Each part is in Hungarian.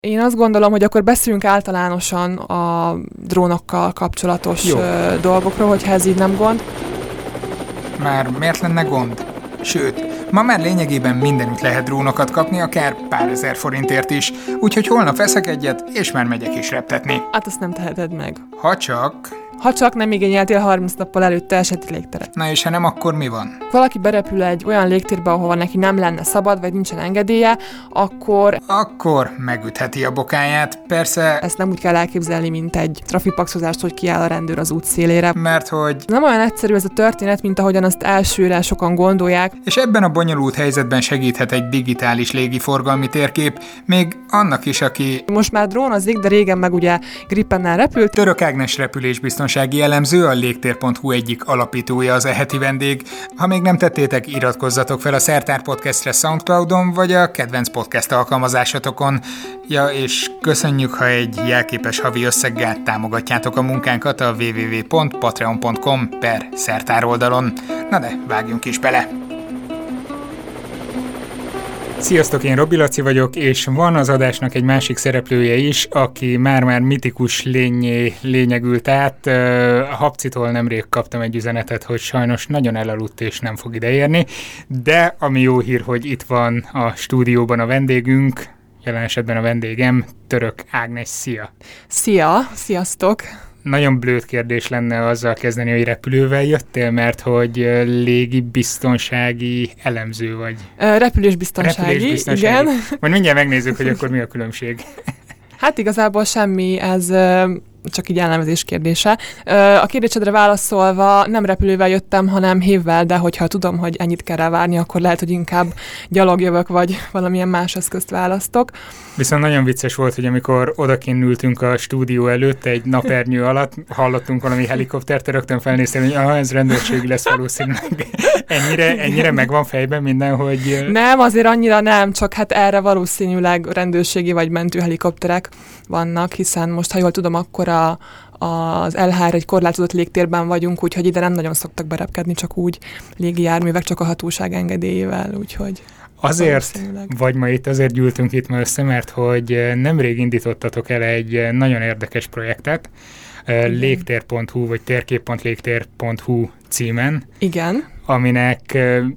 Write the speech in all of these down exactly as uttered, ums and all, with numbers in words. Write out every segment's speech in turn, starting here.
Én azt gondolom, hogy akkor beszéljünk általánosan a drónokkal kapcsolatos Jó. dolgokról, hogyha ez így nem gond. Már miért lenne gond? Sőt, ma már lényegében mindenütt lehet drónokat kapni, akár pár ezer forintért is, úgyhogy holnap veszek egyet, és már megyek is reptetni. Hát azt nem teheted meg. Ha csak... Ha csak nem igényeltél harminc nappal előtte eseti légteret. Na és ha nem, akkor mi van? Valaki berepül egy olyan légtérbe, ahova neki nem lenne szabad, vagy nincsen engedélye, akkor... Akkor megütheti a bokáját, persze... Ezt nem úgy kell elképzelni, mint egy trafipaxozást, hogy kiáll a rendőr az út szélére. Mert hogy... Nem olyan egyszerű ez a történet, mint ahogyan azt elsőre sokan gondolják. És ebben a bonyolult helyzetben segíthet egy digitális légiforgalmi térkép, még annak is, aki... Most már drónozik, de régen meg ugye Gripennel repült. Török Ágnes repülésbiztonsági elemző, a légtér pont hu egyik alapítója az eheti vendég. Ha még nem tettétek, iratkozzatok fel a Szertár Podcastre Soundcloudon, vagy a kedvenc podcast alkalmazásatokon. Ja, és köszönjük, ha egy jelképes havi összeggel támogatjátok a munkánkat a double-u double-u double-u pont patreon pont com per szertár oldalon. Na de, vágjunk is bele! Sziasztok, én Robi Laci vagyok, és van az adásnak egy másik szereplője is, aki már-már mitikus lényé lényegült át. A Habcitól nemrég kaptam egy üzenetet, hogy sajnos nagyon elaludt és nem fog ideérni, de ami jó hír, hogy itt van a stúdióban a vendégünk, jelen esetben a vendégem, Török Ágnes. Szia! Szia! Sziasztok! Nagyon blőd kérdés lenne azzal kezdeni, hogy repülővel jöttél, mert hogy légi biztonsági elemző vagy. Repülésbiztonsági, Repülésbiztonsági, igen. Majd mindjárt megnézzük, hogy akkor mi a különbség. Hát igazából semmi, ez csak így elnevezés kérdése. A kérdésedre válaszolva nem repülővel jöttem, hanem hévvel, de hogyha tudom, hogy ennyit kell rá várni, akkor lehet, hogy inkább gyalog jövök, vagy valamilyen más eszközt választok. Viszont nagyon vicces volt, hogy amikor odakinn ültünk a stúdió előtt egy napernyő alatt, hallottunk valami helikoptert, rögtön felnéztem, hogy ah, ez rendőrségi lesz valószínűleg. Ennyire, ennyire megvan fejben minden, hogy... Nem, azért annyira nem, csak hát erre valószínűleg rendőrségi vagy mentőhelikopterek vannak, hiszen most, ha jól tudom, akkor a, az el há er egy korlátozott légtérben vagyunk, úgyhogy ide nem nagyon szoktak berepkedni, csak úgy légijárművek, csak a hatóság engedélyével, úgyhogy... Azért, vagy ma itt azért gyűltünk itt ma össze, mert hogy nemrég indítottatok el egy nagyon érdekes projektet, igen. légtér pont hu vagy térkép pont légtér pont hu címen. Igen. Aminek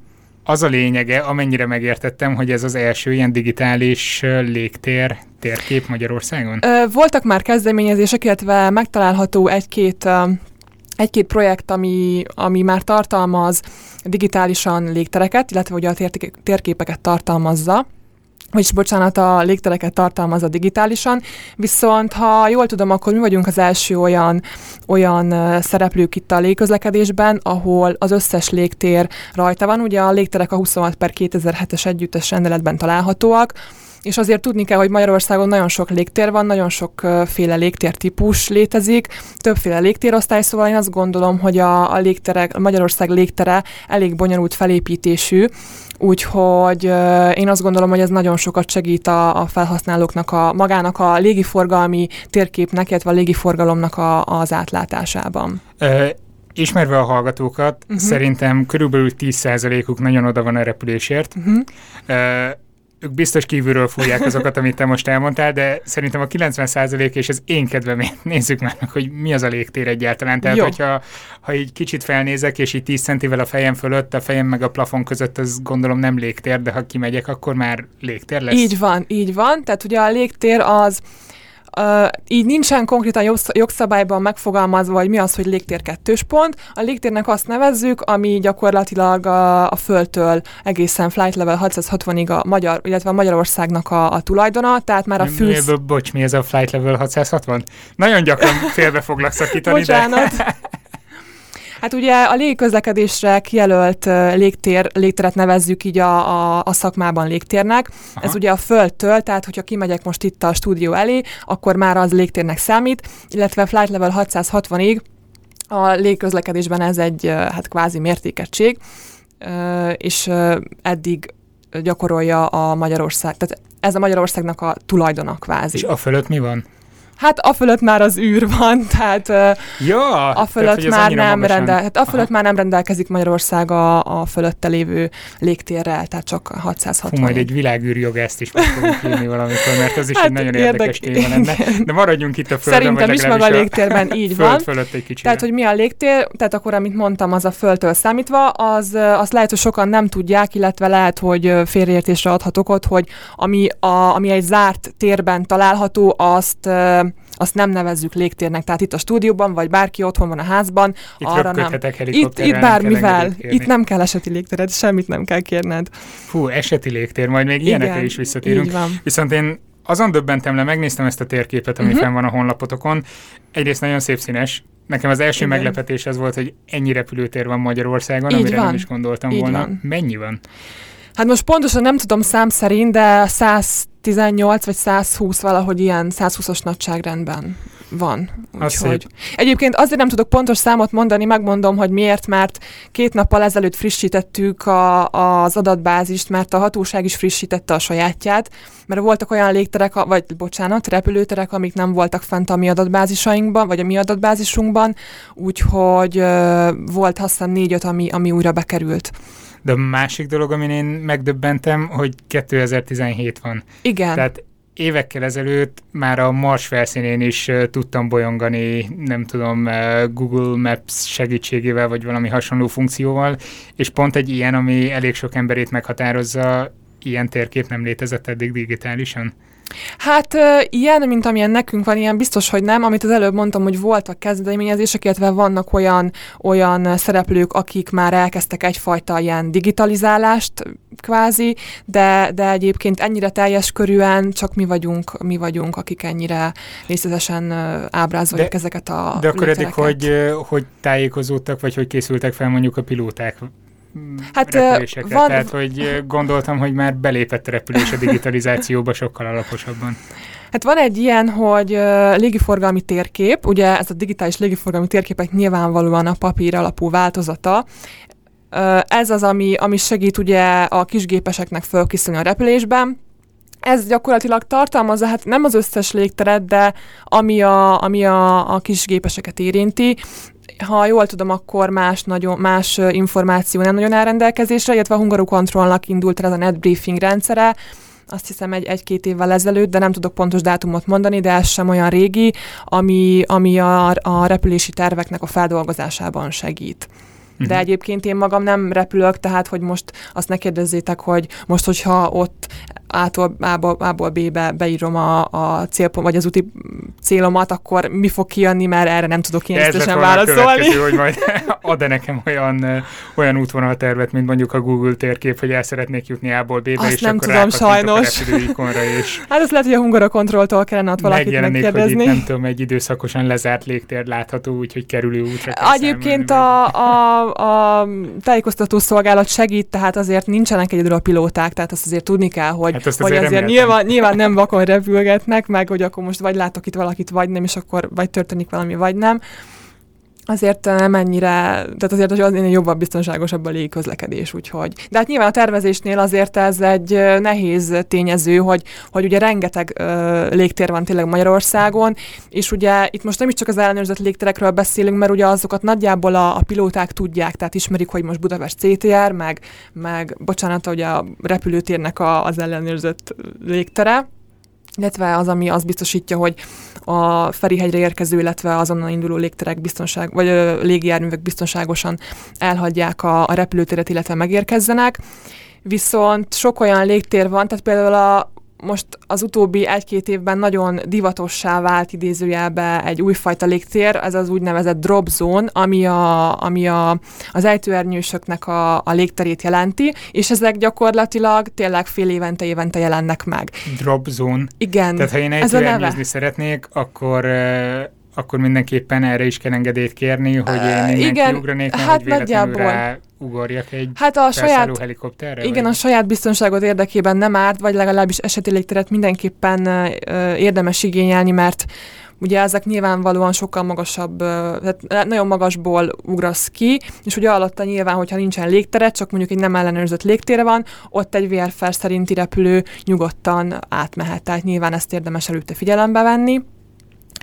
az a lényege, amennyire megértettem, hogy ez az első ilyen digitális légtér térkép Magyarországon? Voltak már kezdeményezések, illetve megtalálható egy-két egy-két projekt, ami, ami már tartalmaz digitálisan légtereket, illetve ugye a tér- térképeket tartalmazza, vagyis bocsánat, a légtereket tartalmazza digitálisan, viszont ha jól tudom, akkor mi vagyunk az első olyan, olyan szereplők itt a légközlekedésben, ahol az összes légtér rajta van. Ugye a légterek a huszonhat per kétezer-hetes együttes rendeletben találhatóak, és azért tudni kell, hogy Magyarországon nagyon sok légtér van, nagyon sokféle légtértípus létezik, többféle légtérosztály, szóval én azt gondolom, hogy a, a, légterek, a Magyarország légtere elég bonyolult felépítésű, úgyhogy uh, én azt gondolom, hogy ez nagyon sokat segít a, a felhasználóknak, a magának a légiforgalmi térképnek, illetve a légiforgalomnak a, az átlátásában. Uh, ismerve a hallgatókat, uh-huh. szerintem körülbelül tíz százalékuk nagyon oda van a repülésért. Uh-huh. Uh, ők biztos kívülről fújják azokat, amit te most elmondtál, de szerintem a kilencven százalék, és az én kedvemért nézzük már meg, hogy mi az a légtér egyáltalán. Tehát, Jó. hogyha ha így kicsit felnézek, és így tíz centivel a fejem fölött, a fejem meg a plafon között, az gondolom nem légtér, de ha kimegyek, akkor már légtér lesz. Így van, így van. Tehát ugye a légtér az Uh, így nincsen konkrétan jogszabályban megfogalmazva, hogy mi az, hogy légtér kettős pont. A légtérnek azt nevezzük, ami gyakorlatilag a, a Földtől egészen flight level hatszázhatvanig a magyar, illetve a Magyarországnak a, a tulajdona, tehát már a fűz... Mi, bocs, mi ez a flight level hatszázhatvan? Nagyon gyakran félbe foglak szakítani, Bocsánat. De... Hát ugye a légiközlekedésre kijelölt légtér, légteret nevezzük így a, a, a szakmában légtérnek. Aha. Ez ugye a Földtől, tehát hogyha kimegyek most itt a stúdió elé, akkor már az légtérnek számít, illetve flight level hatszázhatvanig a légközlekedésben ez egy hát kvázi mértékegység, és eddig gyakorolja a Magyarország, tehát ez a Magyarországnak a tulajdona kvázi. És a fölött mi van? Hát a fölött már az űr van, tehát ja, a fölött tehát, már nem magasan... rendel, hát a fölött Aha. már nem rendelkezik Magyarország a, a fölötte lévő légtérrel, tehát csak hatszázhatvan. Hú, majd egy világűrjogászt is meg fogunk írni valamikor, mert az is hát egy nagyon érdek... érdekes téma lenne. De maradjunk itt a Földön, Szerintem is maga a légtérben így föld van. Fölött egy kicsit. Tehát, hogy mi a légtér, tehát akkor, amit mondtam, az a Földtől számítva, az, az lehet, hogy sokan nem tudják, illetve lehet, hogy félreértésre adhat okot, hogy ami, a, ami egy zárt térben található, azt azt nem nevezzük légtérnek. Tehát itt a stúdióban, vagy bárki otthon van a házban, itt arra nem. Itt, itt bármivel. Itt nem kell eseti légtéred, semmit nem kell kérned. Fú, eseti légtér, majd még ilyenekre is visszatérünk. Viszont én azon döbbentem le, megnéztem ezt a térképet, ami uh-huh. fenn van a honlapotokon. Egyrészt nagyon szép színes. Nekem az első Igen. meglepetés az volt, hogy ennyi repülőtér van Magyarországon, Így amire van. nem is gondoltam Így volna. Van. Mennyi van? Hát most pontosan nem tudom szám szerint, de száztizennyolc vagy százhúsz valahogy ilyen százhúszas nagyságrendben van. Úgyhogy. Egyébként azért nem tudok pontos számot mondani, megmondom, hogy miért, mert két nappal ezelőtt frissítettük a, az adatbázist, mert a hatóság is frissítette a sajátját, mert voltak olyan légterek, vagy bocsánat, repülőterek, amik nem voltak fent a mi adatbázisainkban, vagy a mi adatbázisunkban, úgyhogy uh, volt azt hiszem négy-öt, ami, ami újra bekerült. De a másik dolog, amin én megdöbbentem, hogy kétezer-tizenhét van. Igen. Tehát évekkel ezelőtt már a Mars felszínén is uh, tudtam bolyongani, nem tudom, uh, Google Maps segítségével, vagy valami hasonló funkcióval, és pont egy ilyen, ami elég sok emberét meghatározza, ilyen térkép nem létezett eddig digitálisan? Hát ilyen, mint amilyen nekünk van, ilyen biztos, hogy nem. Amit az előbb mondtam, hogy voltak kezdeményezések, illetve vannak olyan, olyan szereplők, akik már elkezdtek egyfajta ilyen digitalizálást kvázi, de, de egyébként ennyire teljes körűen csak mi vagyunk, mi vagyunk, akik ennyire részletesen ábrázoljuk de, ezeket a De akkor eddig, hogy, hogy tájékozódtak, vagy hogy készültek fel mondjuk a pilóták? Hát, repülésekre. Van... Tehát, hogy gondoltam, hogy már belépett a repülés a digitalizációba sokkal alaposabban. Hát van egy ilyen, hogy uh, légiforgalmi térkép, ugye ez a digitális légiforgalmi térképek nyilvánvalóan a papír alapú változata. Uh, ez az, ami, ami segít ugye a kisgépeseknek fölkészülni a repülésben. Ez gyakorlatilag tartalmazza, hát nem az összes légteret, de ami a, ami a, a kisgépeseket érinti. Ha jól tudom, akkor más, nagyon, más információ nem nagyon áll rendelkezésre, illetve a Hungarocontrolnak indult el ez a netbriefing rendszere, azt hiszem egy, egy-két évvel ezelőtt, de nem tudok pontos dátumot mondani, de ez sem olyan régi, ami, ami a, a repülési terveknek a feldolgozásában segít. De uh-huh. egyébként én magam nem repülök, tehát hogy most azt ne kérdezzétek, hogy most, hogyha ott A-tól, A-ból, A-ból B-be beírom a, a célpont, vagy az úti célomat, akkor mi fog kijönni, mert erre nem tudok én biztosan válaszolni. hogy majd ad-e nekem olyan, olyan útvonaltervet, mint mondjuk a Google térkép, hogy el szeretnék jutni A-ból B-be, azt és nem akkor tudom, sajnos. a repülőikonra, és hát azt lehet, hogy a Hungarocontroltól kellene ott valakit megkérdezni. Hogy itt, nem tudom, egy időszakosan lezárt légtér látható, úgyhogy kerülő útra kell Egyébként a, a, a tájékoztató szolgálat segít, tehát azért nincsenek egyedül a pilóták, tehát azt azért tudni kell, hogy, hát hogy azért, azért nyilván, nyilván nem vakon repülgetnek, meg hogy akkor most vagy látok itt valakit, vagy nem, és akkor vagy történik valami, vagy nem. Azért nem ennyire, tehát azért az jobban biztonságosabb a légiközlekedés, úgyhogy. De hát nyilván a tervezésnél azért ez egy nehéz tényező, hogy, hogy ugye rengeteg uh, légtér van tényleg Magyarországon, és ugye itt most nem is csak az ellenőrzött légterekről beszélünk, mert ugye azokat nagyjából a, a pilóták tudják, tehát ismerik, hogy most Budapest cé té er, meg, meg bocsánat, ugye a repülőtérnek a, az ellenőrzött légtere, illetve az, ami azt biztosítja, hogy a Ferihegyre érkező, illetve azonnal induló légterek biztonság, vagy ö, légijárművek biztonságosan elhagyják a, a repülőtéret, illetve megérkezzenek. Viszont sok olyan légtér van, tehát például a most az utóbbi egy-két évben nagyon divatossá vált idézőjelbe egy újfajta légtér, ez az úgynevezett drop zone, ami, a, ami a, az ejtőernyősöknek a, a légterét jelenti, és ezek gyakorlatilag tényleg fél évente, évente jelennek meg. Drop zone? Igen. Tehát ha én ejtőernyőzni szeretnék, akkor... Uh... akkor mindenképpen erre is kell engedélyt kérni, hogy én innen igen, kiugranék, hát hogy véletlenül ráugorjak egy hát a saját helikopterre? Igen, vagy? A saját biztonságot érdekében nem árt, vagy legalábbis eseti légteret mindenképpen uh, érdemes igényelni, mert ugye ezek nyilvánvalóan sokkal magasabb, tehát nagyon magasból ugrasz ki, és ugye alatta nyilván, hogyha nincsen légteret, csak mondjuk egy nem ellenőrzött légtére van, ott egy vé er fel szerinti repülő nyugodtan átmehet, tehát nyilván ezt érdemes előtte figyelembe venni.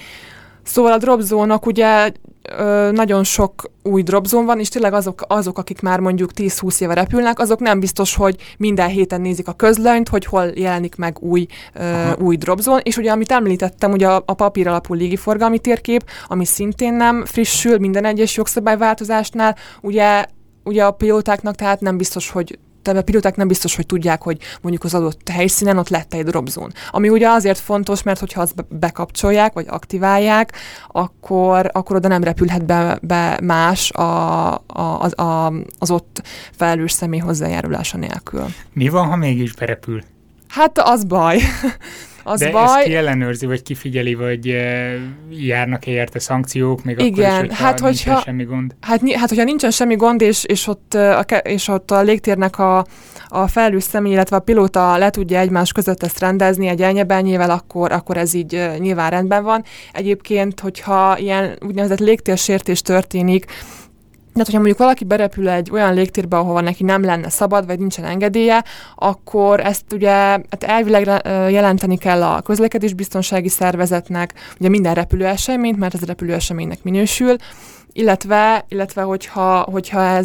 Szóval a dropzónok ugye ö, nagyon sok új dropzón van, és tényleg azok, azok, akik már mondjuk tíz-húsz éve repülnek, azok nem biztos, hogy minden héten nézik a közlönyt, hogy hol jelenik meg új, ö, új dropzón. És ugye, amit említettem, ugye a, a papír alapú légiforgalmi térkép, ami szintén nem frissül minden egyes jogszabályváltozásnál, ugye, ugye a pilótáknak tehát nem biztos, hogy tehát a pilóták nem biztos, hogy tudják, hogy mondjuk az adott helyszínen ott lett egy dropzón. Ami ugye azért fontos, mert hogyha azt bekapcsolják, vagy aktiválják, akkor, akkor oda nem repülhet be, be más a, a, az, a, az ott felelős személy hozzájárulása nélkül. Mi van, ha mégis berepül? Hát az baj. Az De baj. ezt ki ellenőrzi, vagy kifigyeli, vagy e, járnak-e érte szankciók, még Igen, akkor is, hogyha hát, nincsen hogyha, semmi gond? Hát, hát, hogyha nincsen semmi gond, és, és, ott, a, és ott a légtérnek a, a felelős személy, illetve a pilóta le tudja egymás között ezt rendezni egy elnyebelnyével, akkor, akkor ez így uh, nyilván rendben van. Egyébként, hogyha ilyen úgynevezett légtérsértés történik, tehát, hogyha mondjuk valaki berepül egy olyan légtérbe, ahova neki nem lenne szabad, vagy nincsen engedélye, akkor ezt ugye hát elvileg jelenteni kell a közlekedésbiztonsági szervezetnek, ugye minden repülőeseményt, mert ez repülőeseménynek minősül, illetve, illetve hogyha, hogyha ez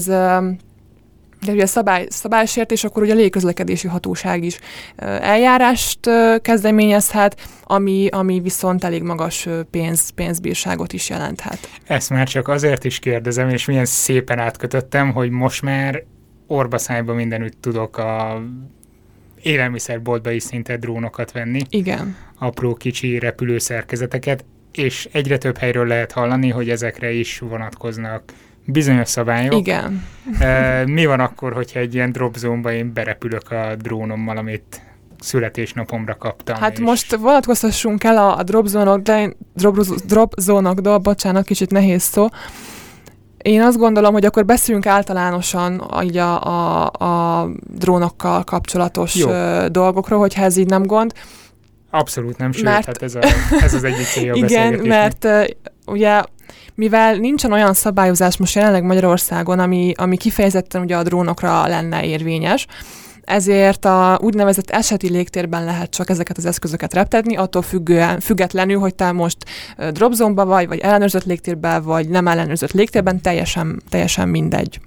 de ugye szabály, szabálysértés, akkor ugye a légközlekedési hatóság is eljárást kezdeményezhet, ami, ami viszont elég magas pénz, pénzbírságot is jelenthet. Ezt már csak azért is kérdezem, és milyen szépen átkötöttem, hogy most már orbaszájban mindenütt tudok a élelmiszerboltba is szinte drónokat venni. Igen. Apró kicsi repülőszerkezeteket, és egyre több helyről lehet hallani, hogy ezekre is vonatkoznak bizonyos szabályok. Igen. E, mi van akkor, hogyha egy ilyen dropzónba én berepülök a drónommal, amit születésnapomra kaptam? Hát és... most vonatkoztassunk el a, a dropzónok, de drop, dropzónokról, bocsánat, kicsit nehéz szó. Én azt gondolom, hogy akkor beszéljünk általánosan így a, a, a drónokkal kapcsolatos Jó. dolgokról, hogyha ez így nem gond. Abszolút nem, sőt, mert... hát ez, a, ez az egyik célja a Igen, mert uh, ugye mivel nincsen olyan szabályozás most jelenleg Magyarországon, ami, ami kifejezetten ugye a drónokra lenne érvényes, ezért a úgynevezett eseti légtérben lehet csak ezeket az eszközöket reptetni, attól függően, függetlenül, hogy te most dropzónba vagy, vagy ellenőrzött légtérben, vagy nem ellenőrzött légtérben, teljesen, teljesen mindegy.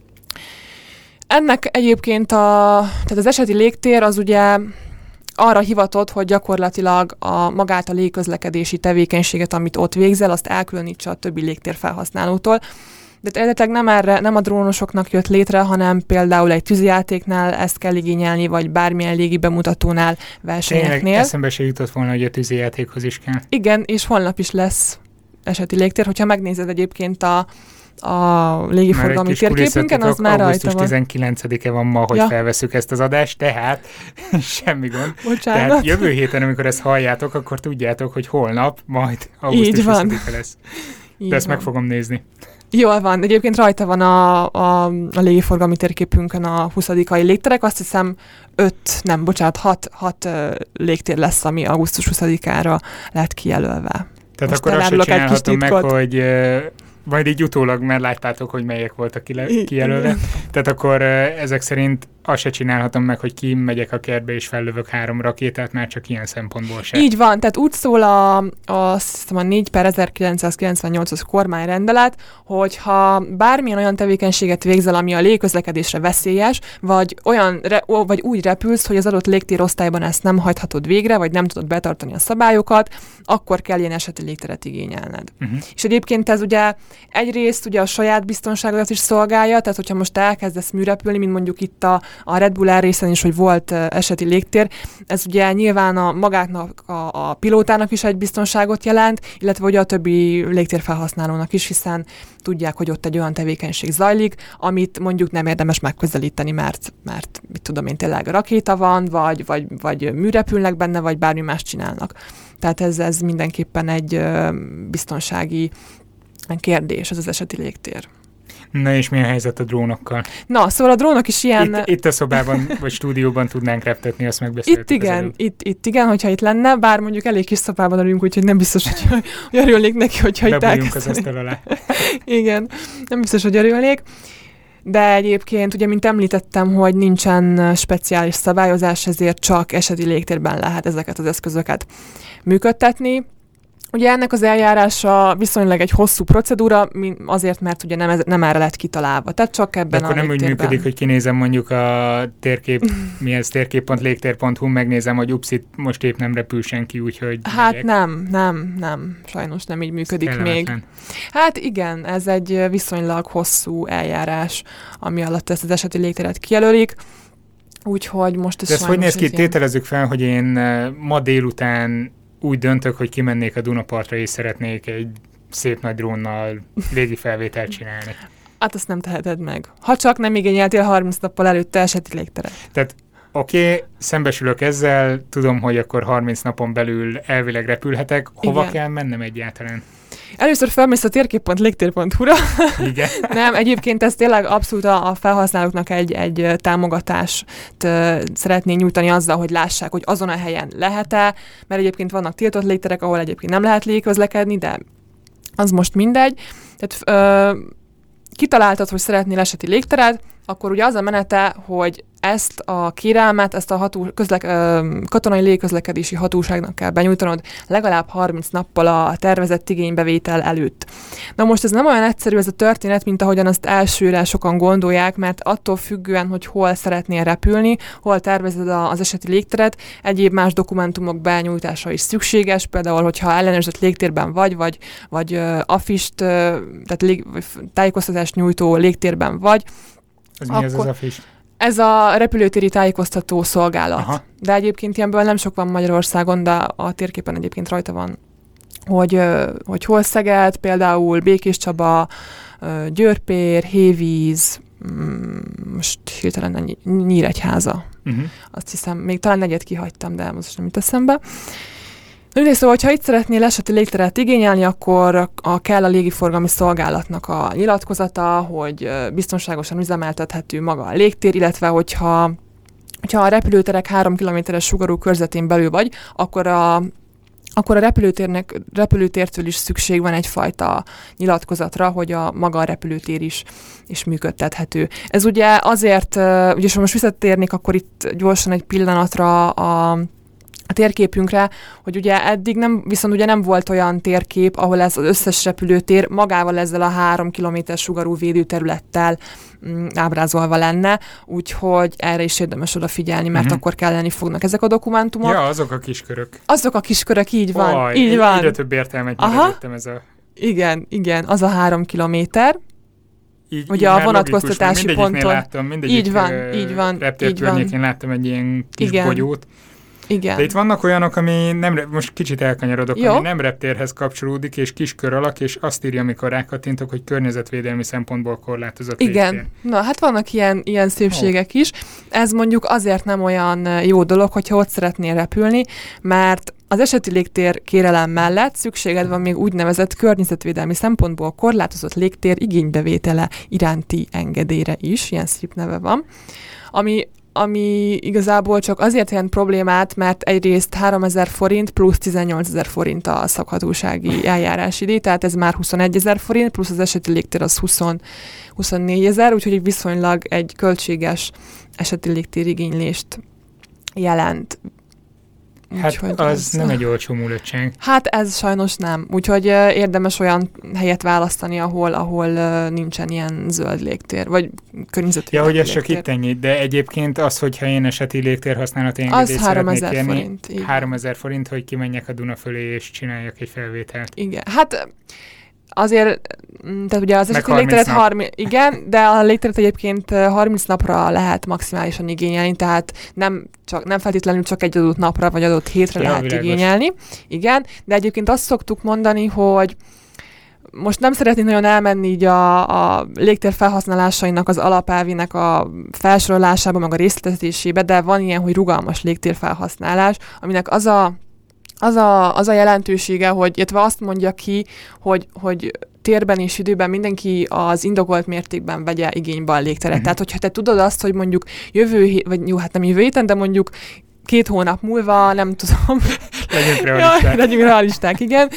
Ennek egyébként a, tehát az eseti légtér az ugye arra hivatott, hogy gyakorlatilag a magát a légközlekedési tevékenységet, amit ott végzel, azt elkülönítse a többi légtér felhasználótól. De eredetileg nem erre, nem a drónosoknak jött létre, hanem például egy tűzijátéknál ezt kell igényelni, vagy bármilyen légi bemutatónál, versenyeknél. Tényleg eszembe se jutott volna, hogy a tűzijátékhoz is kell. Igen, és holnap is lesz eseti légtér. Hogyha megnézed egyébként a a légiforgalmi térképünken, az már rajta van. augusztus tizenkilencedike van ma, hogy ja. felveszük ezt az adást, tehát semmi gond. Bocsánat. Tehát jövő héten, amikor ezt halljátok, akkor tudjátok, hogy holnap majd augusztus huszadika lesz. De Így ezt van. Meg fogom nézni. Jól van. Egyébként rajta van a, a, a légiforgalmi térképünkön a huszadikai légterek. Azt hiszem öt, nem, bocsánat, hat, hat uh, légtér lesz, ami augusztus huszadikára lett kijelölve. Tehát most akkor azt sem csinálhatom meg, hogy uh, majd így utólag, mert láttátok, hogy melyek voltak kijelölve. Tehát akkor uh, ezek szerint azt se csinálhatom meg, hogy kimegyek a kertbe és fellövök három rakétát, már csak ilyen szempontból sem. Így van, tehát úgy szól a, a, a négy per ezerkilencszázkilencvennyolcas kormányrendelet, hogyha bármilyen olyan tevékenységet végzel, ami a légközlekedésre veszélyes, vagy, olyan re, vagy úgy repülsz, hogy az adott légtérosztályban ezt nem hajthatod végre, vagy nem tudod betartani a szabályokat, akkor kell ilyen eseti légteret igényelned. Uh-huh. És egyébként ez ugye egyrészt ugye a saját biztonságodat is szolgálja, tehát hogyha most elkezdesz műrepülni, mint mondjuk itt a a Red Bull Air részen is, hogy volt uh, eseti légtér, ez ugye nyilván a magáknak, a, a pilótának is egy biztonságot jelent, illetve ugye a többi légtérfelhasználónak is, hiszen tudják, hogy ott egy olyan tevékenység zajlik, amit mondjuk nem érdemes megközelíteni, mert, mert mit tudom én, tényleg rakéta van, vagy, vagy, vagy műrepülnek benne, vagy bármi más csinálnak. Tehát ez, ez mindenképpen egy uh, biztonsági kérdés, ez az eseti légtér. Na és milyen helyzet a drónokkal? Na, szóval a drónok is ilyen... Itt, itt a szobában, vagy stúdióban tudnánk reptetni, azt megbeszéltük. Itt igen, itt, itt igen, hogyha itt lenne, bár mondjuk elég kis szobában ülünk, úgyhogy nem biztos, hogy örülnék neki, hogyha itt elkezdeni. Az asztal alá. Igen, nem biztos, hogy örülnék. De egyébként, ugye, mint említettem, hogy nincsen speciális szabályozás, ezért csak eseti légtérben lehet ezeket az eszközöket működtetni. Ugye ennek az eljárása viszonylag egy hosszú procedúra, azért, mert ugye nem, ez, nem erre lett kitalálva. Tehát csak ebben de akkor a nem úgy működik, hogy kinézem mondjuk a térkép, mi ez térkép pont légtér pont hu, megnézem, hogy upszit, most épp nem repül senki, úgyhogy... Hát megyek. nem, nem, nem. Sajnos nem így működik még. Hát igen, ez egy viszonylag hosszú eljárás, ami alatt ezt az eseti légtéret kijelölik. Úgyhogy most ez de ez hogy néz ki? ilyen... Tételezzük fel, hogy én ma délután úgy döntök, hogy kimennék a Dunapartra, és szeretnék egy szép nagy drónnal légi felvételt csinálni. Hát azt nem teheted meg. Ha csak nem igényeltél harminc nappal előtte eseti légteret. Tehát oké, okay, szembesülök ezzel, tudom, hogy akkor harminc napon belül elvileg repülhetek. Hova Igen. kell mennem egyáltalán? Először felmész a térkép pont légtér pont hu-ra. Igen. Nem, egyébként ez tényleg abszolút a felhasználóknak egy, egy támogatást szeretné nyújtani azzal, hogy lássák, hogy azon a helyen lehet-e, mert egyébként vannak tiltott légterek, ahol egyébként nem lehet légiközlekedni, de az most mindegy. Tehát ö, kitaláltad, hogy szeretnél eseti légteret, akkor ugye az a menete, hogy ezt a kérelmet, ezt a ható, közlek, ö, katonai légközlekedési hatóságnak kell benyújtanod legalább harminc nappal a tervezett igénybevétel előtt. Na most ez nem olyan egyszerű ez a történet, mint ahogyan azt elsőre sokan gondolják, mert attól függően, hogy hol szeretnél repülni, hol tervezed az eseti légteret, egyéb más dokumentumok benyújtása is szükséges, például, hogyha ellenőrzött légtérben vagy, vagy, vagy uh, afist, uh, tehát lég, tájékoztatást nyújtó légtérben vagy. Ez mi ez az afist? Ez a repülőtéri tájékoztató szolgálat. Aha. De egyébként ilyenből nem sok van Magyarországon, de a térképen egyébként rajta van, hogy, hogy hol Szeged, például Békéscsaba, Győrpér, Hévíz, most hirtelen Nyíregyháza. Uh-huh. Azt hiszem, még talán negyed kihagytam, de most nem jut eszembe. Úgyhogy szóval, hogyha itt szeretnél eseti légteret igényelni, akkor a, kell a légiforgalmi szolgálatnak a nyilatkozata, hogy biztonságosan üzemeltethető maga a légtér, illetve hogyha, hogyha a repülőterek három kilométeres sugarú körzetén belül vagy, akkor a akkor a repülőtérnek, repülőtértől is szükség van egyfajta nyilatkozatra, hogy a maga a repülőtér is, is működtethető. Ez ugye azért, ugye most visszatérnék akkor itt gyorsan egy pillanatra a a térképünkre, hogy ugye eddig nem, viszont ugye nem volt olyan térkép, ahol ez az összes repülőtér magával ezzel a három kilométer sugarú védőterülettel mm, ábrázolva lenne, úgyhogy erre is érdemes odafigyelni, mert uh-huh. akkor kelleni fognak ezek a dokumentumok. Ja, azok a kiskörök. Azok a kiskörök, így van. Oj, így van. Egyre több értelmet nyeredettem ez a... Igen, igen, az a három kilométer. Így, ugye így a vonatkoztatási ponton. Láttam, így van, uh, így van. Reptér környékén láttam egy ilyen kis igen. bogyót. Igen. De itt vannak olyanok, ami nem, most kicsit elkanyarodok, Jó. ami nem reptérhez kapcsolódik, és kis kör alak, és azt írja, amikor rákattintok, hogy környezetvédelmi szempontból korlátozott Igen. légtér. Na, hát vannak ilyen, ilyen szépségek oh. is. Ez mondjuk azért nem olyan jó dolog, hogyha ott szeretnél repülni, mert az eseti légtér kérelem mellett szükséged van még úgynevezett környezetvédelmi szempontból korlátozott légtér igénybevétele iránti engedélyre is, ilyen szép neve van, ami ami igazából csak azért jelent problémát, mert egyrészt háromezer forint plusz tizennyolcezer forint a szakhatósági eljárási díj, tehát ez már huszonegyezer forint, plusz az eseti légtér az húsz, huszonnégyezer, úgyhogy viszonylag egy költséges eseti légtér igénylést jelent. Hát Úgyhogy az ez, nem egy olcsó múlöttség. Hát ez sajnos nem. Úgyhogy uh, érdemes olyan helyet választani, ahol, ahol uh, nincsen ilyen zöld légtér, vagy környezetvédelmi Ja, hogy ez légtér. csak itt ennyi, de egyébként az, hogyha én eseti légtér használati engedélyt szeretnék kérni, háromezer forint, hogy kimenjek a Duna fölé, és csináljak egy felvételt. Igen, hát azért, tehát ugye az eseti légteret harminc, igen, de a légteret egyébként harminc napra lehet maximálisan igényelni, tehát nem, csak, nem feltétlenül csak egy adott napra, vagy adott hétre ja, lehet világos. igényelni. Igen, de egyébként azt szoktuk mondani, hogy most nem szeretnék nagyon elmenni így a, a légtér felhasználásainak az alapelvének a felsorolásába, meg a részletezésébe, de van ilyen, hogy rugalmas légtér felhasználás, aminek az a Az a, az a jelentősége, hogy illetve azt mondja ki, hogy, hogy térben és időben mindenki az indokolt mértékben vegye igénybe a légteret. Mm-hmm. Tehát, hogyha te tudod azt, hogy mondjuk jövő hét, vagy jó, hát nem jövő héten, de mondjuk két hónap múlva, nem tudom. Legyünk realisták. Legyünk realisták, igen.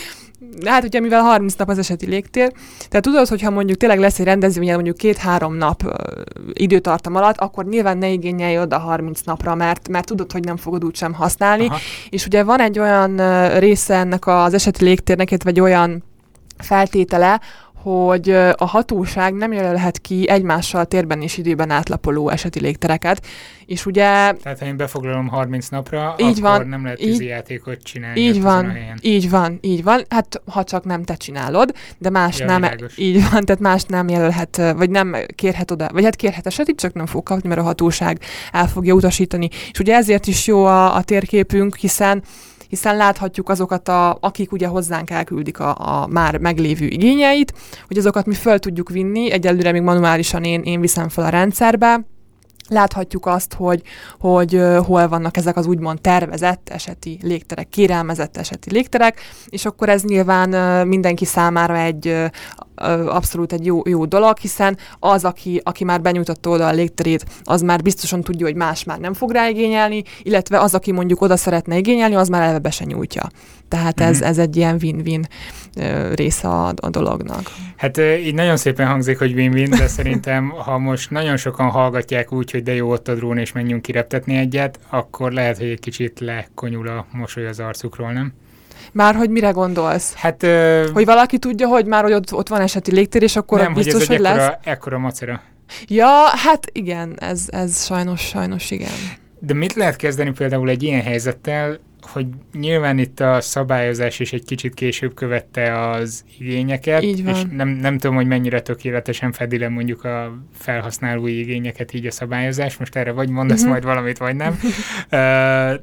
Hát ugye mivel harminc nap az eseti légtér, tehát tudod, hogyha mondjuk tényleg lesz egy rendezvény, mondjuk két-három nap uh, időtartam alatt, akkor nyilván ne igényelj oda harminc napra, mert, mert tudod, hogy nem fogod úgysem használni. Aha. És ugye van egy olyan uh, része ennek az eseti légtérnek, illetve egy olyan feltétele, hogy a hatóság nem jelölhet ki egymással térben és időben átlapoló eseti légtereket, és ugye... Tehát ha én befoglalom harminc napra, így akkor van, nem lehet tűzijátékot csinálni. Így van, így van, így van. Hát ha csak nem te csinálod, de más ja, nem... Világos. Így van, tehát más nem jelölhet, vagy nem kérhet oda, vagy hát kérhet esetit, csak nem fog kapni, mert a hatóság el fogja utasítani. És ugye ezért is jó a, a térképünk, hiszen hiszen láthatjuk azokat, a, akik ugye hozzánk elküldik a, a már meglévő igényeit, hogy azokat mi föl tudjuk vinni, egyelőre még manuálisan én, én viszem fel a rendszerbe. Láthatjuk azt, hogy, hogy uh, hol vannak ezek az úgymond tervezett eseti légterek, kérelmezett eseti légterek, és akkor ez nyilván uh, mindenki számára egy uh, uh, abszolút egy jó, jó dolog, hiszen az, aki, aki már benyújtotta oda a légterét, az már biztosan tudja, hogy más már nem fog rá igényelni, illetve az, aki mondjuk oda szeretne igényelni, az már eleve be se nyújtja. Tehát ez, ez egy ilyen win-win uh, része a, a dolognak. Hát uh, így nagyon szépen hangzik, hogy win-win, de szerintem, ha most nagyon sokan hallgatják úgy, hogy de jó ott a drón, és menjünk kireptetni egyet, akkor lehet, hogy egy kicsit lekonyul a mosoly az arcukról, nem? Már hogy mire gondolsz? Hát... Uh, hogy valaki tudja, hogy már hogy ott, ott van eseti légtér, és akkor nem, biztos, hogy, ez hogy ekkora, lesz? ekkora macera. Ja, hát igen, ez, ez sajnos, sajnos igen. De mit lehet kezdeni például egy ilyen helyzettel, hogy nyilván itt a szabályozás is egy kicsit később követte az igényeket, és nem, nem tudom, hogy mennyire tökéletesen fedi le mondjuk a felhasználói igényeket így a szabályozás, most erre vagy mondasz uh-huh. majd valamit, vagy nem. uh,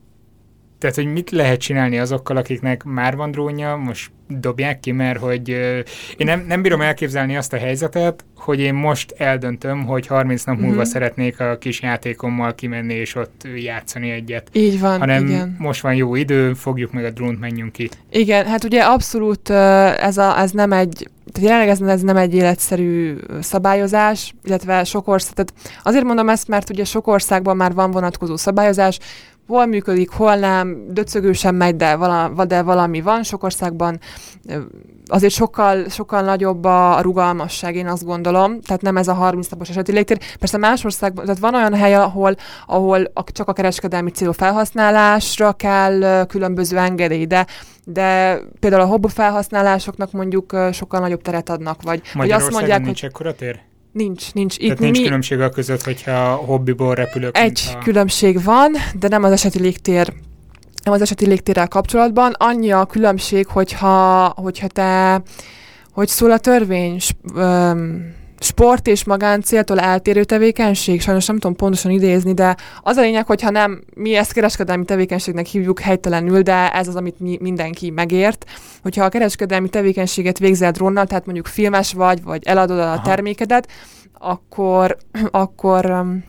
Tehát, hogy mit lehet csinálni azokkal, akiknek már van drónja, most dobják ki, mert hogy uh, én nem, nem bírom elképzelni azt a helyzetet, hogy én most eldöntöm, hogy harminc nap múlva uh-huh. szeretnék a kis játékommal kimenni és ott játszani egyet. Így van, hanem igen. most van jó idő, fogjuk meg a drónt, menjünk ki. Igen, hát ugye abszolút ez, a, ez nem egy, tehát jelenleg ez, ez nem egy életszerű szabályozás, illetve sok ország, tehát azért mondom ezt, mert ugye sok országban már van vonatkozó szabályozás, hol működik, hol nem, döcögősen megy, de, vala, de valami van. Sok országban azért sokkal, sokkal nagyobb a rugalmasság, én azt gondolom, tehát nem ez a harminc napos eseti légtér. Persze más országban, tehát van olyan hely, ahol, ahol csak a kereskedelmi célú felhasználásra kell különböző engedély, de, de például a hobby felhasználásoknak mondjuk sokkal nagyobb teret adnak, vagy, vagy azt mondják, nincs hogy... ekkora tér? Nincs, nincs. Tehát itt nincs mi... különbség a között, hogyha hobbiból repülök. Egy a... különbség van, de nem az eseti légtér, nem az eseti légtérrel kapcsolatban. Annyi a különbség, hogyha, hogyha te, hogy szól a törvény, sport és magáncéltól eltérő tevékenység, sajnos nem tudom pontosan idézni, de az a lényeg, hogyha nem, mi ezt kereskedelmi tevékenységnek hívjuk helytelenül, de ez az, amit mi, mindenki megért. Hogyha a kereskedelmi tevékenységet végzel drónnal, tehát mondjuk filmes vagy, vagy eladod a Aha. termékedet, akkor, akkor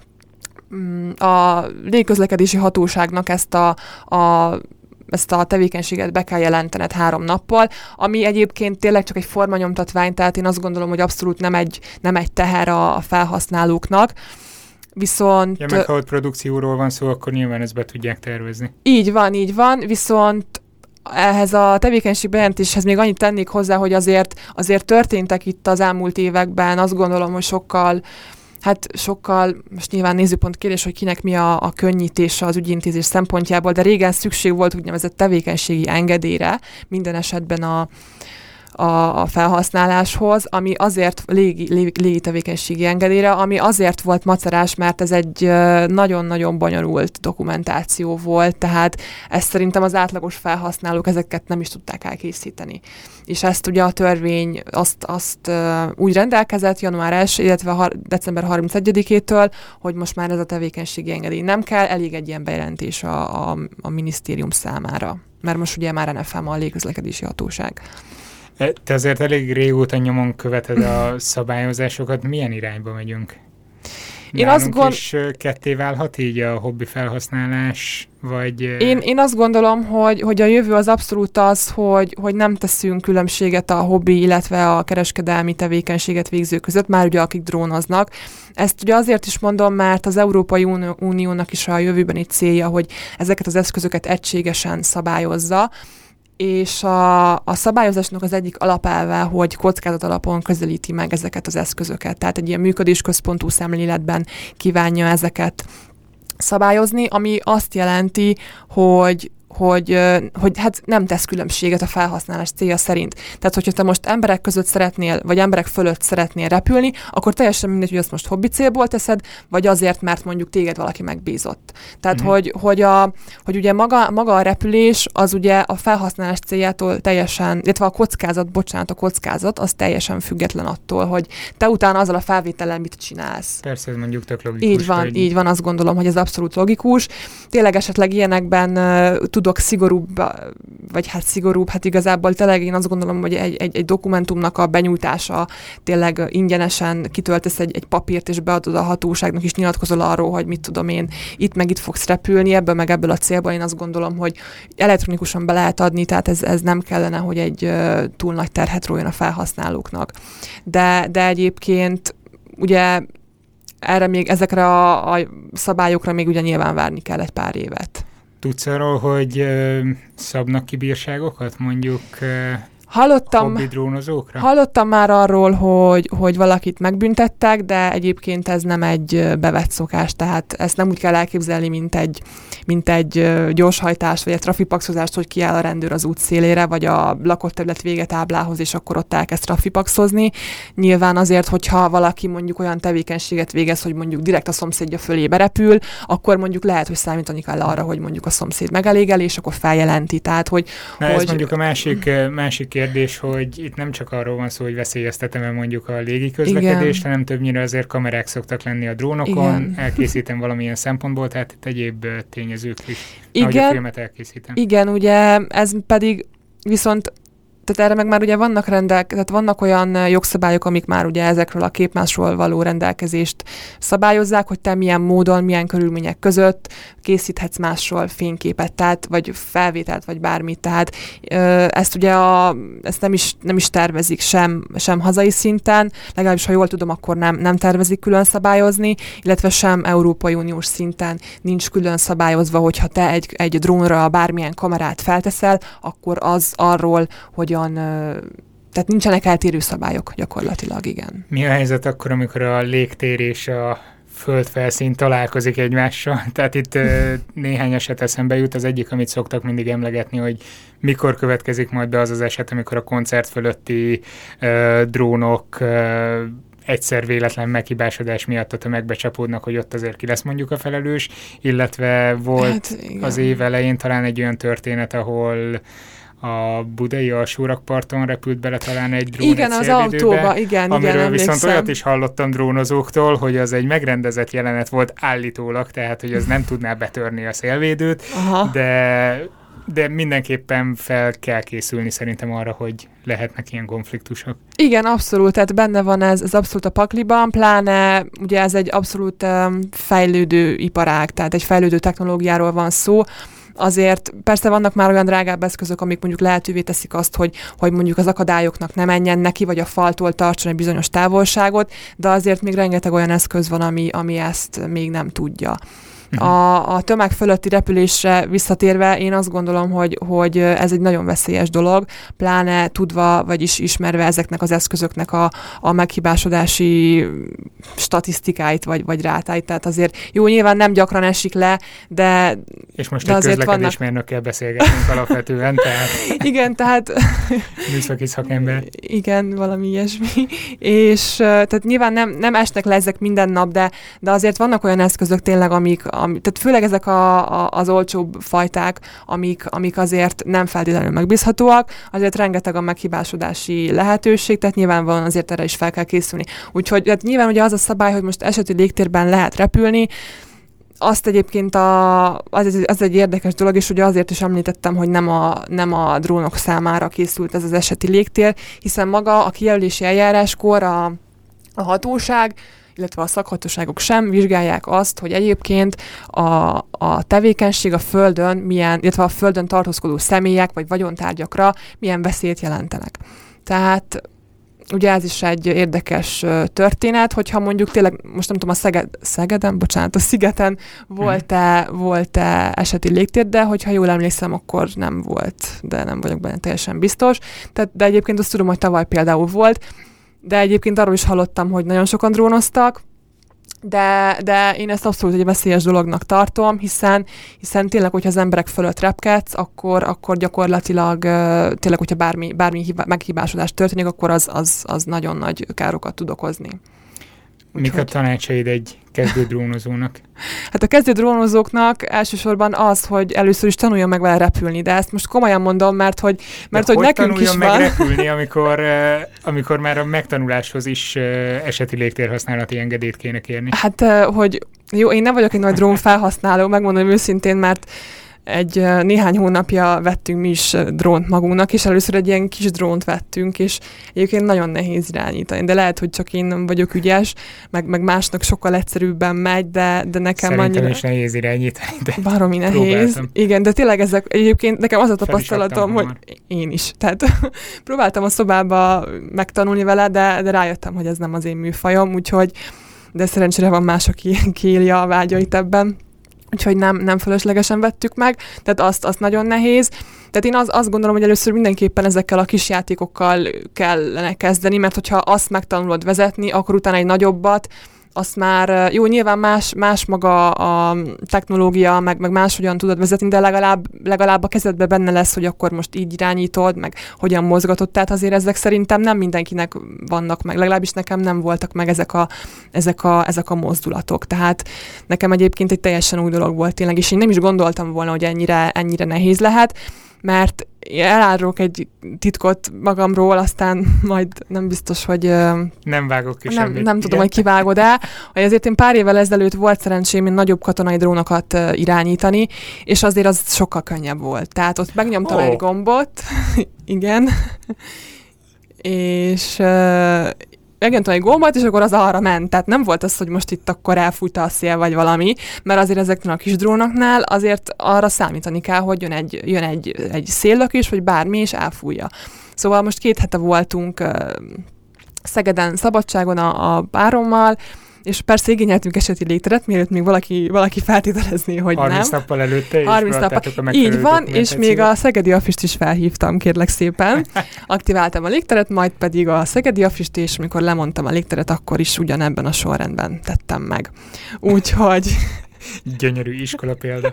um, a légiközlekedési hatóságnak ezt a, a ezt a tevékenységet be kell jelentened három nappal, ami egyébként tényleg csak egy formanyomtatvány, tehát én azt gondolom, hogy abszolút nem egy, nem egy teher a, a felhasználóknak. Viszont... Ja, meg ha ott produkcióról van szó, akkor nyilván ezt be tudják tervezni. Így van, így van, viszont ehhez a tevékenység bejelentéshez még annyit tennék hozzá, hogy azért, azért történtek itt az elmúlt években, azt gondolom, hogy sokkal Hát sokkal, most nyilván nézőpont kérdés, hogy kinek mi a, a könnyítése az ügyintézés szempontjából, de régen szükség volt úgynevezett tevékenységi engedélyre minden esetben a, a, a felhasználáshoz, ami azért légi, légi, légi tevékenységi engedélyre, ami azért volt macerás, mert ez egy nagyon-nagyon bonyolult dokumentáció volt, tehát ezt szerintem az átlagos felhasználók ezeket nem is tudták elkészíteni. És ezt ugye a törvény azt, azt uh, úgy rendelkezett január elsejétől, illetve har- december harmincegyedikétől, hogy most már ez a tevékenységi engedély nem kell, elég egy ilyen bejelentés a, a, a minisztérium számára. Mert most ugye már en ef em a légközlekedési hatóság. Te azért elég régóta nyomon követed a szabályozásokat. Milyen irányba megyünk? Én Nálunk azt gond... is ketté válhat így a hobbi felhasználás, vagy... Én, én azt gondolom, hogy, hogy a jövő az abszolút az, hogy, hogy nem teszünk különbséget a hobbi, illetve a kereskedelmi tevékenységet végzők között, már ugye akik drónoznak. Ezt ugye azért is mondom, mert az Európai Uniónak is a jövőbeni célja, hogy ezeket az eszközöket egységesen szabályozza, és a, a szabályozásnak az egyik alapelve, hogy kockázat alapon közelíti meg ezeket az eszközöket. Tehát egy ilyen működésközpontú szemléletben kívánja ezeket szabályozni, ami azt jelenti, hogy Hogy, hogy hát nem tesz különbséget a felhasználás célja szerint. Tehát, hogyha te most emberek között szeretnél, vagy emberek fölött szeretnél repülni, akkor teljesen mindegy, hogy azt most hobbi célból teszed, vagy azért, mert mondjuk téged valaki megbízott. Tehát, mm-hmm. hogy, hogy, a, hogy ugye maga, maga a repülés az ugye a felhasználás céljától teljesen, illetve a kockázat, bocsánat, a kockázat, az teljesen független attól, hogy te utána azzal a felvétellel mit csinálsz. Persze, ez mondjuk tök logikus. Így van, hogy... így van, azt gondolom, hogy ez abszolút logikus. Tényleg esetleg ilyenekben uh, tudok szigorúbb, vagy hát szigorúbb, hát igazából tényleg én azt gondolom, hogy egy, egy, egy dokumentumnak a benyújtása tényleg ingyenesen kitöltesz egy, egy papírt, és beadod a hatóságnak, és nyilatkozol arról, hogy mit tudom én, itt meg itt fogsz repülni, ebből meg ebből a célból én azt gondolom, hogy elektronikusan be lehet adni, tehát ez, ez nem kellene, hogy egy uh, túl nagy terhet rójon a felhasználóknak. De, de egyébként ugye erre még, ezekre a, a szabályokra még ugye nyilván várni kell egy pár évet. Tudsz arról, hogy ö, szabnak ki bírságokat, mondjuk ö, hallottam, hobbi drónozókra? Hallottam már arról, hogy, hogy valakit megbüntettek, de egyébként ez nem egy bevett szokás, tehát ezt nem úgy kell elképzelni, mint egy, mint egy gyorshajtás, vagy egy trafipaxozást, hogy kiáll a rendőr az út szélére, vagy a lakott terület végetáblához, és akkor ott elkezd trafipaxozni. Nyilván azért, hogyha valaki mondjuk olyan tevékenységet végez, hogy mondjuk direkt a szomszédja fölé berepül, akkor mondjuk lehet, hogy számítani kell arra, hogy mondjuk a szomszéd megelégel, és akkor feljelenti. Tehát, hogy, Na, hogy... ez mondjuk a másik, másik kérdés, hogy itt nem csak arról van szó, hogy veszélyeztetem-e mondjuk a légiközlekedést, hanem többnyire azért kamerák szoktak lenni a drónokon, igen. elkészítem valamilyen szempontból, tehát itt egyéb tényezők is, ahogy a filmet elkészítem. Igen, ugye ez pedig viszont tehát erre meg már ugye vannak rendel, tehát vannak olyan jogszabályok, amik már ugye ezekről a képmásról való rendelkezést szabályozzák, hogy te milyen módon, milyen körülmények között készíthetsz másról fényképet, tehát vagy felvételt, vagy bármit. Tehát ezt ugye a, ezt nem is, nem is tervezik sem, sem hazai szinten, legalábbis ha jól tudom, akkor nem, nem tervezik külön szabályozni, illetve sem Európai Uniós szinten nincs külön szabályozva, hogyha te egy, egy drónra bármilyen kamerát felteszel, akkor az arról, hogy tehát nincsenek eltérő szabályok gyakorlatilag, igen. Mi a helyzet akkor, amikor a légtér és a földfelszín találkozik egymással? Tehát itt néhány eset eszembe jut. Az egyik, amit szoktak mindig emlegetni, hogy mikor következik majd be az az eset, amikor a koncert fölötti uh, drónok uh, egyszer véletlen meghibásodás miatt a tömegbe csapódnak, hogy ott azért ki lesz mondjuk a felelős, illetve volt hát, az év elején talán egy olyan történet, ahol a budai alsórakparton repült bele talán egy drón igen, egy az autóba, igen, amiről igen, viszont emlékszem. Olyat is hallottam drónozóktól, hogy az egy megrendezett jelenet volt állítólag, tehát hogy az nem tudná betörni a szélvédőt, aha. de de mindenképpen fel kell készülni szerintem arra, hogy lehetnek ilyen konfliktusok. Igen, abszolút, tehát benne van ez, ez abszolút a pakliban, pláne ugye ez egy abszolút um, fejlődő iparág, tehát egy fejlődő technológiáról van szó. Azért persze vannak már olyan drágább eszközök, amik mondjuk lehetővé teszik azt, hogy, hogy mondjuk az akadályoknak ne menjen neki, vagy a faltól tartson egy bizonyos távolságot, de azért még rengeteg olyan eszköz van, ami, ami ezt még nem tudja. A, a tömeg fölötti repülésre visszatérve én azt gondolom, hogy, hogy ez egy nagyon veszélyes dolog, pláne tudva, vagyis ismerve ezeknek az eszközöknek a, a meghibásodási statisztikáit, vagy, vagy rátáit. Tehát azért jó, nyilván nem gyakran esik le, de és most de egy közlekedésmérnökkel vannak... beszélgetünk alapvetően, tehát... Igen, tehát... műszaki szakember. Igen, valami ilyesmi. És tehát nyilván nem, nem esnek le ezek minden nap, de, de azért vannak olyan eszközök tényleg, amik Ami, tehát főleg ezek a, a, az olcsóbb fajták, amik, amik azért nem feltétlenül megbízhatóak, azért rengeteg a meghibásodási lehetőség, tehát nyilvánvalóan azért erre is fel kell készülni. Úgyhogy tehát nyilván ugye az a szabály, hogy most eseti légtérben lehet repülni, azt egyébként a, az, az egy érdekes dolog, és ugye azért is említettem, hogy nem a, nem a drónok számára készült ez az eseti légtér, hiszen maga a kijelölési eljáráskor a, a hatóság, illetve a szakhatóságok sem vizsgálják azt, hogy egyébként a, a tevékenység a Földön milyen, illetve a Földön tartózkodó személyek vagy vagyontárgyakra milyen veszélyt jelentenek. Tehát ugye ez is egy érdekes történet, hogyha mondjuk tényleg, most nem tudom, a Szeged, Szegeden, bocsánat, a Szigeten volt-e, volt-e eseti légtér, de hogyha jól emlékszem, akkor nem volt, de nem vagyok benne teljesen biztos. Tehát, de egyébként azt tudom, hogy tavaly például volt, de egyébként arról is hallottam, hogy nagyon sokan drónoztak, De, de én ezt abszolút egy veszélyes dolognak tartom, hiszen, hiszen tényleg, hogyha az emberek fölött repkedsz, akkor, akkor gyakorlatilag tényleg, hogyha bármi, bármi hibá, meghibásodás történik, akkor az, az, az nagyon nagy károkat tud okozni. Mik a tanácsaid egy kezdő drónozónak? Hát a kezdő drónozóknak elsősorban az, hogy először is tanuljon meg vele repülni, de ezt most komolyan mondom, mert hogy, mert hogy, hogy nekünk is meg van. repülni, amikor, amikor már a megtanuláshoz is eseti légtérhasználati engedélyt kéne kérni? Hát, hogy jó, én nem vagyok egy nagy drón felhasználó, megmondom őszintén, mert egy néhány hónapja vettünk mi is drónt magunknak, és először egy ilyen kis drónt vettünk, és egyébként nagyon nehéz irányítani, de lehet, hogy csak én nem vagyok ügyes, meg, meg másnak sokkal egyszerűbben megy, de, de nekem Szerintem annyira... is nehéz irányítani, de baromi nehéz. próbáltam. Igen, de tényleg ezek, egyébként nekem az a tapasztalatom, hogy én is. Tehát próbáltam a szobába megtanulni vele, de, de rájöttem, hogy ez nem az én műfajom, úgyhogy de szerencsére van más, aki kiélja a vágyait ebben. Úgyhogy nem, nem fölöslegesen vettük meg, tehát azt, azt nagyon nehéz. Tehát én az, azt gondolom, hogy először mindenképpen ezekkel a kis játékokkal kellene kezdeni, mert hogyha azt megtanulod vezetni, akkor utána egy nagyobbat, azt már, jó, nyilván más, más maga a technológia, meg, meg máshogyan tudod vezetni, de legalább, legalább a kezedben benne lesz, hogy akkor most így irányítod, meg hogyan mozgatod, tehát azért ezek szerintem nem mindenkinek vannak meg, legalábbis nekem nem voltak meg ezek a, ezek a, ezek a mozdulatok, tehát nekem egyébként egy teljesen új dolog volt tényleg, és én nem is gondoltam volna, hogy ennyire, ennyire nehéz lehet, mert elárulok egy titkot magamról, aztán majd nem biztos, hogy... Nem vágok ki nem, semmit. nem tudom, hogy kivágod el, hogy azért én pár évvel ezelőtt volt szerencsém én nagyobb katonai drónokat irányítani, és azért az sokkal könnyebb volt. Tehát ott megnyomtam oh. egy gombot, igen, és... megnyomtam egy gombot, és akkor az arra ment. Tehát nem volt az, hogy most itt akkor elfújta a szél, vagy valami, mert azért ezeknél a kis drónoknál azért arra számítani kell, hogy jön egy, jön egy, egy széllökés, vagy bármi, és elfújja. Szóval most két hete voltunk uh, Szegeden szabadságon a, a párommal, és persze igényeltünk eseti légteret, mielőtt még valaki, valaki feltételezné, hogy nem. harminc nappal előtte, és harminc nappal. Így van, és még a szegedi afist is felhívtam, kérlek szépen. Aktiváltam a légteret, majd pedig a szegedi afist, és amikor lemondtam a légteret, akkor is ugyanebben a sorrendben tettem meg. Úgyhogy... Gyönyörű iskola példa.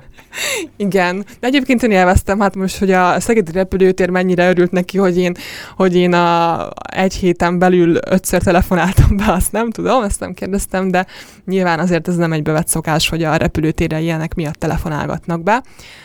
Igen. De egyébként én élveztem, hát most, hogy a szegedi repülőtér mennyire örült neki, hogy én, hogy én a egy héten belül ötször telefonáltam be, azt nem tudom, ezt nem kérdeztem, de nyilván azért ez nem egy bevett szokás, hogy a repülőtérre ilyenek miatt telefonálgatnak be.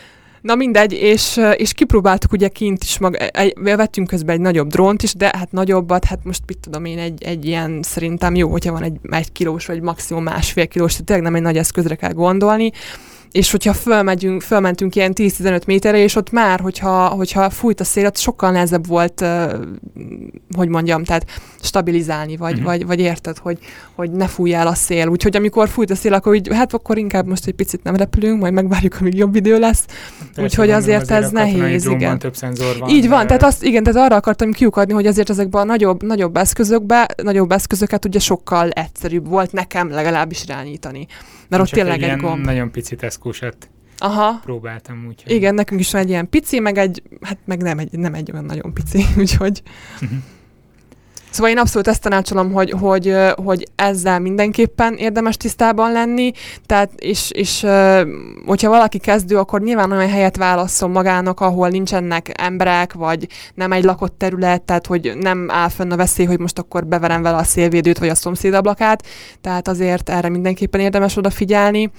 Na mindegy, és, és kipróbáltuk ugye kint is, maga, egy, vettünk közben egy nagyobb drónt is, de hát nagyobbat, hát most mit tudom én, egy, egy ilyen szerintem jó, hogyha van egy egy kilós, vagy maximum másfél kilós, tehát tényleg nem egy nagy eszközre kell gondolni, és hogyha fölmegyünk, fölmentünk ilyen tíz-tizenöt méterre, és ott már, hogyha, hogyha fújt a szél, ott sokkal nehezebb volt, uh, hogy mondjam, tehát stabilizálni, vagy, uh-huh. vagy, vagy érted, hogy, hogy ne fújj el a szél. Úgyhogy amikor fújt a szél, akkor így, hát akkor inkább most egy picit nem repülünk, majd megvárjuk, amíg jobb idő lesz. Úgyhogy azért, azért ez nehéz, igen. Több szenzor van. Így van, tehát azt, igen, tehát arra akartam kiukadni, hogy azért ezekben a nagyobb, nagyobb eszközökben, nagyobb eszközöket ugye sokkal egyszerűbb volt nekem legalábbis irányítani. Mert ott tényleg egy, egy gomb. Nagyon pici teszkósat Aha. próbáltam úgy. Igen, nekünk is van egy ilyen pici, meg egy, hát meg nem egy, nem egy olyan nagyon pici, úgyhogy... Uh-huh. Szóval én abszolút ezt tanácsolom, hogy, hogy, hogy ezzel mindenképpen érdemes tisztában lenni, tehát és, és hogyha valaki kezdő, akkor nyilván olyan helyet válasszon magának, ahol nincsenek emberek, vagy nem egy lakott terület, tehát hogy nem áll fönn a veszély, hogy most akkor beverem vele a szélvédőt, vagy a szomszéd ablakát, tehát azért erre mindenképpen érdemes odafigyelni.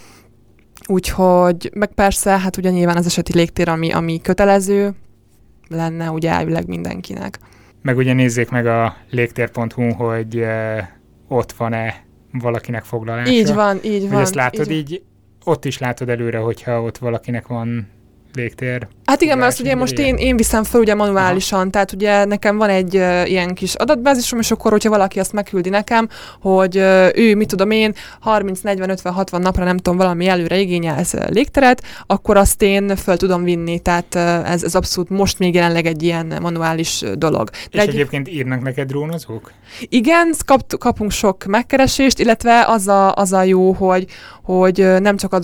Úgyhogy, meg persze, hát ugye nyilván az eseti légtér, ami, ami kötelező lenne ugye elvileg mindenkinek. Meg ugye nézzék meg a légtér pont hu, hogy uh, ott van-e valakinek foglalása. Így van, így van. Hogy ezt látod így, így, ott is látod előre, hogyha ott valakinek van légtér Hát igen, mert azt ugye most én, én viszem fel ugye manuálisan, aha. Tehát ugye nekem van egy uh, ilyen kis adatbázisom, és akkor, hogyha valaki azt megküldi nekem, hogy uh, ő, mit tudom én, harminc, negyven, ötven, hatvan napra nem tudom, valami előre igényelsz légteret, akkor azt én föl tudom vinni, tehát uh, ez, ez abszolút most még jelenleg egy ilyen manuális dolog. De és egy... egyébként írnak neked drónozók? Igen, kap, kapunk sok megkeresést, illetve az a, az a jó, hogy, hogy nem csak a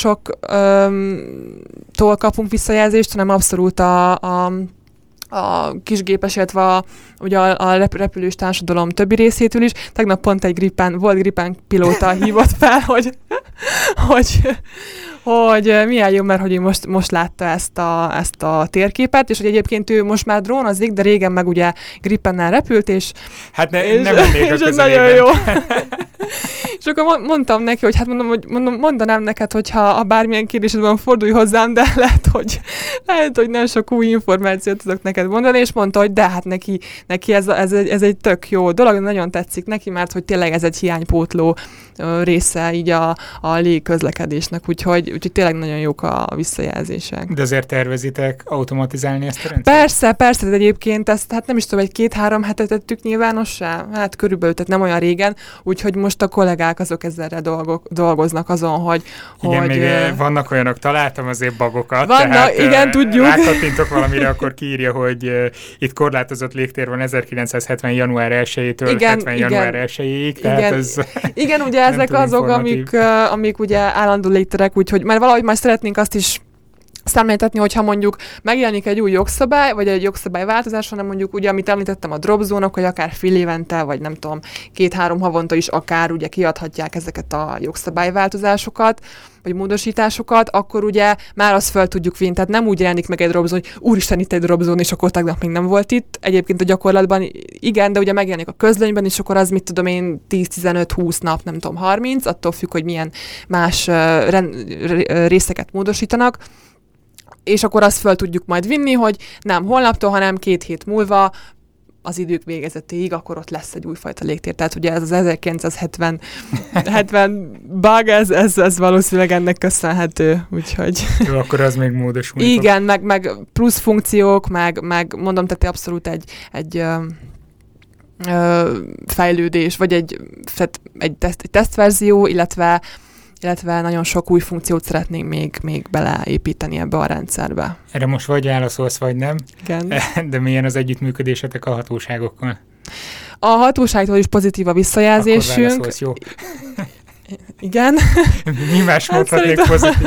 drónosoktól kapunk visszajelzést, hanem abszolút a, a, a kisgépes, illetve a, ugye a, a repülős társadalom többi részétől is. Tegnap pont egy Gripen, volt Gripen pilóta hívott fel, hogy, hogy, hogy milyen jó, mert hogy ő most, most látta ezt a, ezt a térképet, és hogy egyébként ő most már drónozik, de régen meg ugye Gripennel repült, és, hát ne, és, nem lennék a és ez nagyon jó. És akkor mondtam neki, hogy hát mondom, hogy mondom, mondanám neked, hogyha a bármilyen kérdésedben fordulj hozzám, de lehet, hogy, lehet, hogy nem sok új információt tudok neked mondani, és mondta, hogy de hát neki, neki ez, ez, egy, ez egy tök jó dolog, nagyon tetszik neki, mert hogy tényleg ez egy hiánypótló része így a, a légközlekedésnek, úgyhogy, úgyhogy tényleg nagyon jók a visszajelzések. De azért tervezitek automatizálni ezt a rendszert? Persze, persze, de egyébként ezt hát nem is tudom, egy két-három hetet tettük nyilvánossá, hát körülbelül, tehát nem olyan régen, úgyhogy most a kollégák azok ezzel dolgo, dolgoznak azon, hogy... Igen, hogy, még uh, vannak olyanok, találtam azért bagokat, vannak, tehát igen, uh, tudjuk. rákattintok valamire, akkor kiírja, hogy uh, itt korlátozott légtér van ezerkilencszázhetven. január elsejétől igen, hetven. Igen, január elsejéig, tehát igen, ez igen, ugye ezek azok, amik, uh, amik ugye állandó légterek, úgyhogy mert valahogy majd szeretnénk azt is számláltatni, hogyha mondjuk megjelenik egy új jogszabály, vagy egy jogszabályváltozás, hanem mondjuk ugye, amit említettem, a dropzónok, hogy akár fél évente, vagy nem tudom, két-három havonta is akár ugye kiadhatják ezeket a jogszabályváltozásokat, vagy módosításokat, akkor ugye már azt fel tudjuk vinni. Tehát nem úgy jelenik meg egy dropzón, hogy úristen, itt egy dropzón, és akkor tegnap még nem volt itt. Egyébként a gyakorlatban igen, de ugye megjelenik a közlönyben, és akkor az, mit tudom én, tíz-tizenöt-húsz nap, nem tudom, harminc, attól függ, hogy milyen más uh, ren- részeket módosítanak. És akkor azt fel tudjuk majd vinni, hogy nem holnaptól, hanem két hét múlva az idők végezetéig, akkor ott lesz egy újfajta légtér. Tehát ugye ez az ezerkilencszázhetven hetven bug, ez, ez, ez valószínűleg ennek köszönhető, úgyhogy... Jó, akkor az még módosul. Igen, meg, meg plusz funkciók, meg, meg mondom, tehát abszolút egy, egy ö, ö, fejlődés, vagy egy, egy, teszt, egy tesztverzió, illetve illetve nagyon sok új funkciót szeretnénk még, még beleépíteni ebbe a rendszerbe. Erre most vagy válaszolsz, vagy nem. Igen. De milyen az együttműködésetek a hatóságokkal? A hatóságtól is pozitív a visszajelzésünk. Akkor válaszolsz, jó. Igen. Mi más mondhatnék hát pozitív?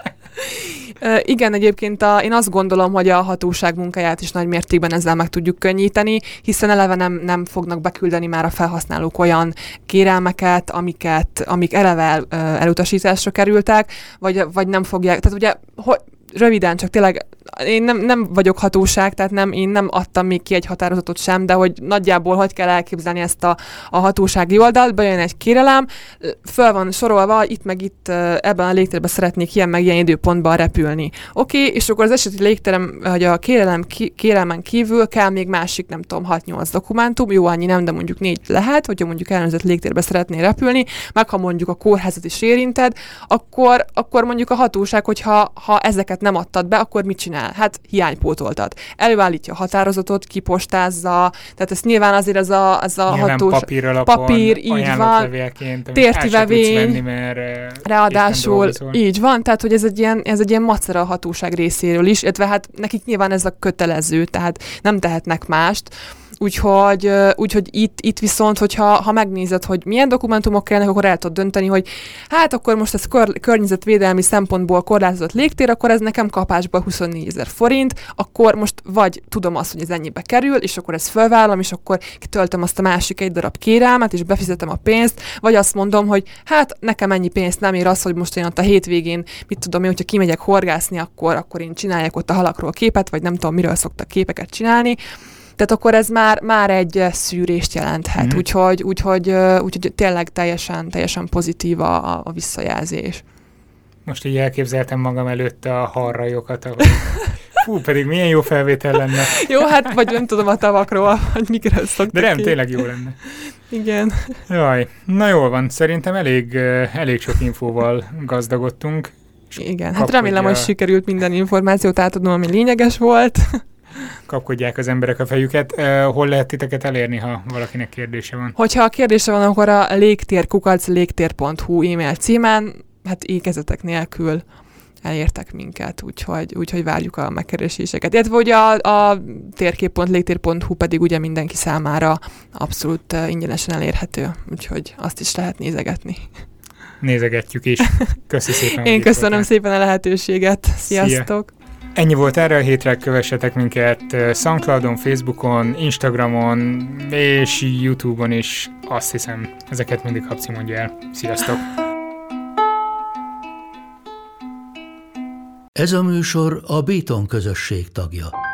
Uh, igen, egyébként a, én azt gondolom, hogy a hatóság munkáját is nagy mértékben ezzel meg tudjuk könnyíteni, hiszen eleve nem, nem fognak beküldeni már a felhasználók olyan kérelmeket, amiket, amik eleve uh, elutasításra kerültek, vagy, vagy nem fogják, tehát ugye hogy, röviden, csak tényleg én nem, nem vagyok hatóság, tehát nem, én nem adtam még ki egy határozatot sem, de hogy nagyjából hogy kell elképzelni ezt a, a hatósági oldalt, bejön egy kérelem, föl van sorolva, itt meg itt ebben a légtérben szeretnék ilyen meg ilyen időpontban repülni. Oké, okay, és akkor az eseti légterem, hogy a kérelem, ki, kérelmen kívül kell még másik, nem tudom, hat-nyolc dokumentum, jó, annyi nem, de mondjuk négy lehet, hogyha mondjuk ellenőrzött légtérbe szeretnél repülni, meg ha mondjuk a kórházat is érinted, akkor, akkor mondjuk a hatóság, hogyha ha ezeket nem adtad be, akkor mit csinál? Hát hiánypótoltat. Előállítja a határozatot, kipostázza, tehát ezt nyilván azért ez a, ez a hatóság... papír alapon, papír, így van, térti vevény, ráadásul így van, tehát hogy ez egy ilyen, ez egy ilyen macera a hatóság részéről is, illetve hát nekik nyilván ez a kötelező, tehát nem tehetnek mást. Úgyhogy, úgyhogy itt, itt viszont, hogyha ha megnézed, hogy milyen dokumentumok kellene, akkor el tudod dönteni, hogy hát akkor most ez kör, környezetvédelmi szempontból korlátozott légtér, akkor ez nekem kapásba huszonnégyezer forint, akkor most vagy tudom azt, hogy ez ennyibe kerül, és akkor ezt felvállalom, és akkor kitöltöm azt a másik egy darab kérelmet, és befizetem a pénzt, vagy azt mondom, hogy hát nekem ennyi pénzt nem ér az, hogy most én ott a hétvégén, mit tudom én, hogyha kimegyek horgászni, akkor, akkor én csináljak ott a halakról képet, vagy nem tudom, miről szoktak képeket csinálni. Tehát akkor ez már, már egy szűrést jelenthet, mm-hmm. úgyhogy, úgyhogy, úgyhogy tényleg teljesen, teljesen pozitív a, a visszajelzés. Most így elképzeltem magam előtt a harrajokat, ahogy fú, pedig milyen jó felvétel lenne. Jó, hát vagy nem tudom a tavakról, hogy mikor szoktak De nem, ki. tényleg jó lenne. Igen. Jaj, na jól van, szerintem elég, elég sok infóval gazdagodtunk. Igen, hát remélem, hogy sikerült minden információt átadnom, ami lényeges volt. Kapkodják az emberek a fejüket. Uh, hol lehet titeket elérni, ha valakinek kérdése van? Hogyha a kérdése van, akkor a légtérkukac légtér pont hu e-mail címen, hát ékezetek nélkül elértek minket, úgyhogy, úgyhogy várjuk a megkereséseket. Illetve ugye a, a térkép pont légtér pont hu pedig ugye mindenki számára abszolút uh, ingyenesen elérhető, úgyhogy azt is lehet nézegetni. Nézegetjük is. Köszi szépen. Én köszönöm voltál. szépen a lehetőséget. Sziasztok! Szia. Ennyi volt erre a hétre, kövessetek minket SoundCloudon, Facebookon, Instagramon és YouTube-on is, azt hiszem, ezeket mindig Habci mondja el. Sziasztok! Ez a műsor a Béton közösség tagja.